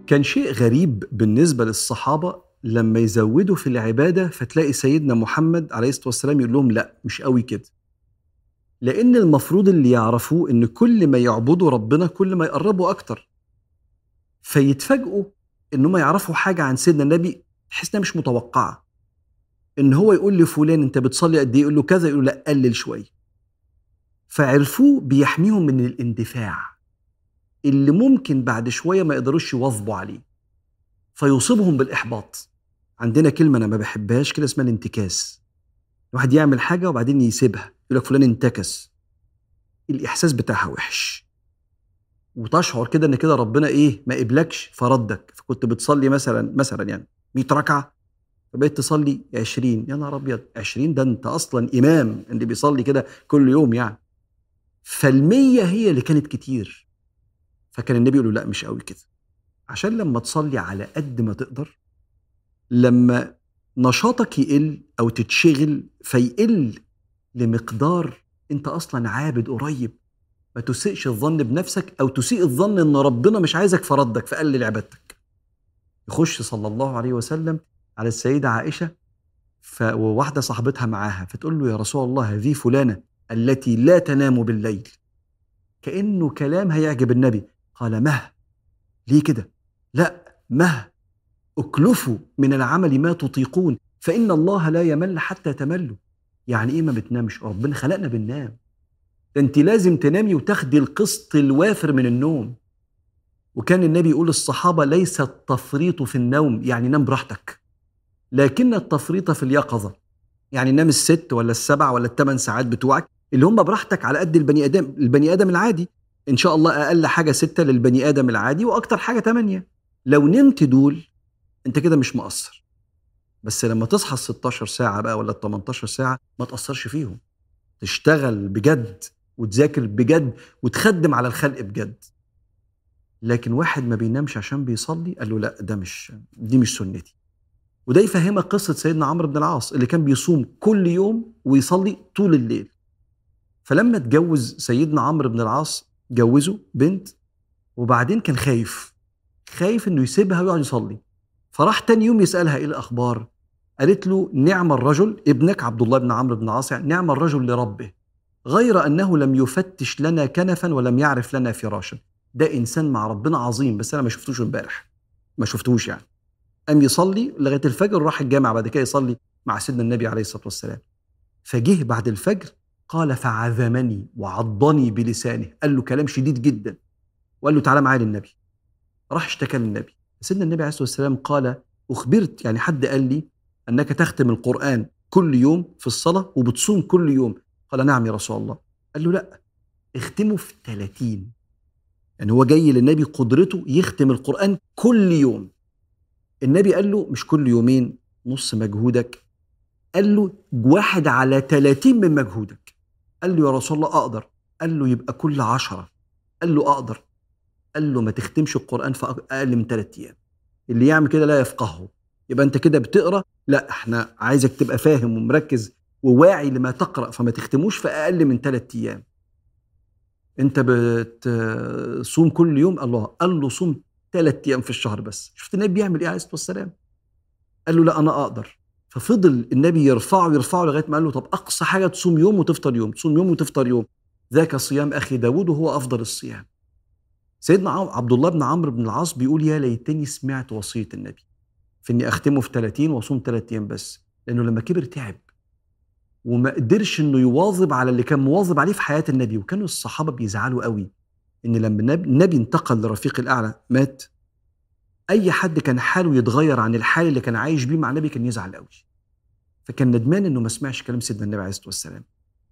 كان شيء غريب بالنسبة للصحابة لما يزودوا في العبادة، فتلاقي سيدنا محمد عليه الصلاة والسلام يقول لهم لا مش قوي كده، لأن المفروض اللي يعرفوه إن كل ما يعبدوا ربنا كل ما يقربوا أكتر. فيتفاجئوا إنهم يعرفوا حاجة عن سيدنا النبي تحس إنها مش متوقعة، إن هو يقول لفلان أنت بتصلي قد إيه، يقول له كذا، يقول له لا قلل شوية. فعرفوه بيحميهم من الاندفاع اللي ممكن بعد شوية ما يقدروش يواظبوا عليه، فيصيبهم بالإحباط. عندنا كلمة أنا ما بحبهاش كده اسمها الانتكاس. الواحد يعمل حاجة وبعدين يسيبها، يقول لك فلان انتكس. الإحساس بتاعها وحش، وتشعر كده إن كده ربنا إيه ما قبلكش فردك. فكنت بتصلي مثلا يعني 100 ركعة، فبقيت تصلي 20، يا نهار أبيض 20 ده أنت أصلا إمام اللي بيصلي كده كل يوم يعني. فالمية هي اللي كانت كتير. فكان النبي يقول له لا مش قوي كده، عشان لما تصلي على قد ما تقدر، لما نشاطك يقل أو تتشغل فيقل لمقدار أنت أصلا عابد قريب، ما تسيئش الظن بنفسك أو تسيء الظن أن ربنا مش عايزك فردك فقلل عبادتك. يخش صلى الله عليه وسلم على السيدة عائشة وواحدة صاحبتها معاها، فتقول له يا رسول الله هذه فلانة التي لا تنام بالليل. كأنه كلام هيعجب النبي. قال مه، ليه كده؟ لا مه، اكلفوا من العمل ما تطيقون فإن الله لا يمل حتى تملوا. يعني ايه ما بتنامش؟ ربنا خلقنا بننام، ده انت لازم تنامي وتاخدي القسط الوافر من النوم. وكان النبي يقول للصحابة ليس التفريط في النوم يعني نام براحتك، لكن التفريط في اليقظة، يعني نام 6 ولا 7 ولا 8 ساعات بتوعك اللي هم براحتك على قد البني آدم العادي. إن شاء الله أقل حاجة 6 للبني آدم العادي وأكتر حاجة 8. لو نمت دول أنت كده مش مقصر. بس لما تصحى 16 ساعة بقى ولا 18 ساعة ما تقصرش فيهم، تشتغل بجد وتذاكر بجد وتخدم على الخلق بجد. لكن واحد ما بينامش عشان بيصلي، قال له لا دي مش سنتي. وده يفهمك قصة سيدنا عمرو بن العاص اللي كان بيصوم كل يوم ويصلي طول الليل. فلما اتجوز سيدنا عمرو بن العاص جوزه بنت، وبعدين كان خايف انه يسيبها ويقعد يصلي. فراح تاني يوم يسألها ايه الأخبار، قالت له نعم الرجل ابنك عبد الله بن عمرو بن العاص، يعني نعم الرجل لربه، غير أنه لم يفتش لنا كنفا ولم يعرف لنا فراشا. ده إنسان مع ربنا عظيم، بس أنا ما شفتوش امبارح، ما شفتوش يعني. قام يصلي لغاية الفجر وراح الجامع بعد كده يصلي مع سيدنا النبي عليه الصلاة والسلام. فجه بعد الفجر قال فعذمني وعضني بلسانه، قال له كلام شديد جدا وقال له تعالى معايا للنبي. راح اشتكى للنبي. سيدنا النبي عليه الصلاة والسلام قال أخبرت، يعني حد قال لي أنك تختم القرآن كل يوم في الصلاة وبتصوم كل يوم؟ قال نعم يا رسول الله. قال له لا، اختمه في 30. يعني هو جاي للنبي قدرته يختم القرآن كل يوم. النبي قال له مش كل يومين نص مجهودك، قال له 1/30 من مجهودك. قال له يا رسول الله أقدر. قال له يبقى كل 10. قال له أقدر. قال له ما تختمش القرآن في أقل من 3 أيام. اللي يعمل كده لا يفقهه. يبقى أنت كده بتقرأ، لا احنا عايزك تبقى فاهم ومركز وواعي لما تقرأ، فما تختموش في أقل من 3 أيام. أنت بتصوم كل يوم، الله قال له صوم 3 أيام في الشهر بس. شفت النبي بيعمل إيه عليه الصلاة والسلام؟ قال له لا أنا أقدر. ففضل النبي يرفعه لغاية ما قال له طب أقصى حاجة تصوم يوم وتفطر يوم، تصوم يوم وتفطر يوم، ذاك صيام أخي داود وهو أفضل الصيام. سيدنا عبد الله بن عمرو بن العاص بيقول يا ليتني سمعت وصية النبي في إني أختمه في 30 وأصوم 3 أيام بس، لأنه لما كبر تعب وما قدرش إنه يواظب على اللي كان مواظب عليه في حياة النبي. وكانوا الصحابة بيزعلوا قوي إن لما النبي انتقل لرفيق الأعلى مات، أي حد كان حاله يتغير عن الحال اللي كان عايش بيه مع النبي كان يزعل قوي. فكان ندمان إنه ما سمعش كلام سيدنا النبي عليه الصلاة والسلام.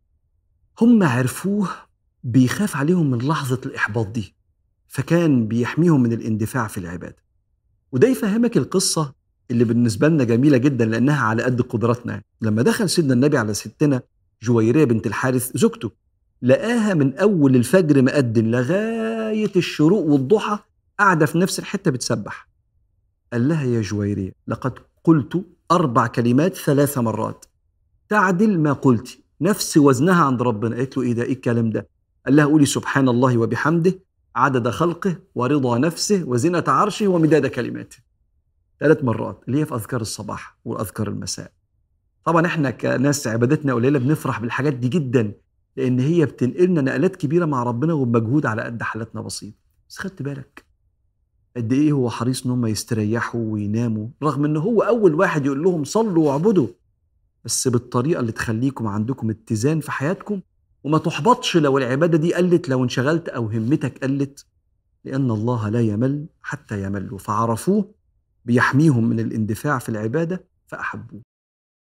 هم عرفوه بيخاف عليهم من لحظة الإحباط دي، فكان بيحميهم من الاندفاع في العبادة. وده يفهمك القصة اللي بالنسبة لنا جميلة جدا لأنها على قد قدراتنا. لما دخل سيدنا النبي على ستنا جويرية بنت الحارث زوجته، لقاها من أول الفجر مقدم لغاية الشروق والضحى قاعدة في نفس الحتة بتسبح. قال لها يا جويرية لقد قلت 4 كلمات 3 مرات تعدل ما قلت، نفس وزنها عند ربنا. قالت له إيه ده؟ إيه الكلام ده؟ قال لها قولي سبحان الله وبحمده عدد خلقه ورضا نفسه وزنة عرشه ومداد كلماته. 3 مرات اللي هي في أذكار الصباح وأذكار المساء. طبعا احنا كناس عبادتنا قليلة بنفرح بالحاجات دي جدا، لأن هي بتنقلنا نقلات كبيرة مع ربنا وبمجهود على قد حالتنا بسيط. بس خدت بالك قد ايه هو حريص ان هم يستريحوا ويناموا، رغم ان هو اول واحد يقول لهم صلوا واعبدوا، بس بالطريقة اللي تخليكم عندكم اتزان في حياتكم، وما تحبطش لو العبادة دي قلت، لو انشغلت أو همتك قلت، لأن الله لا يمل حتى يملوا، فعرفوه بيحميهم من الاندفاع في العبادة فأحبوه.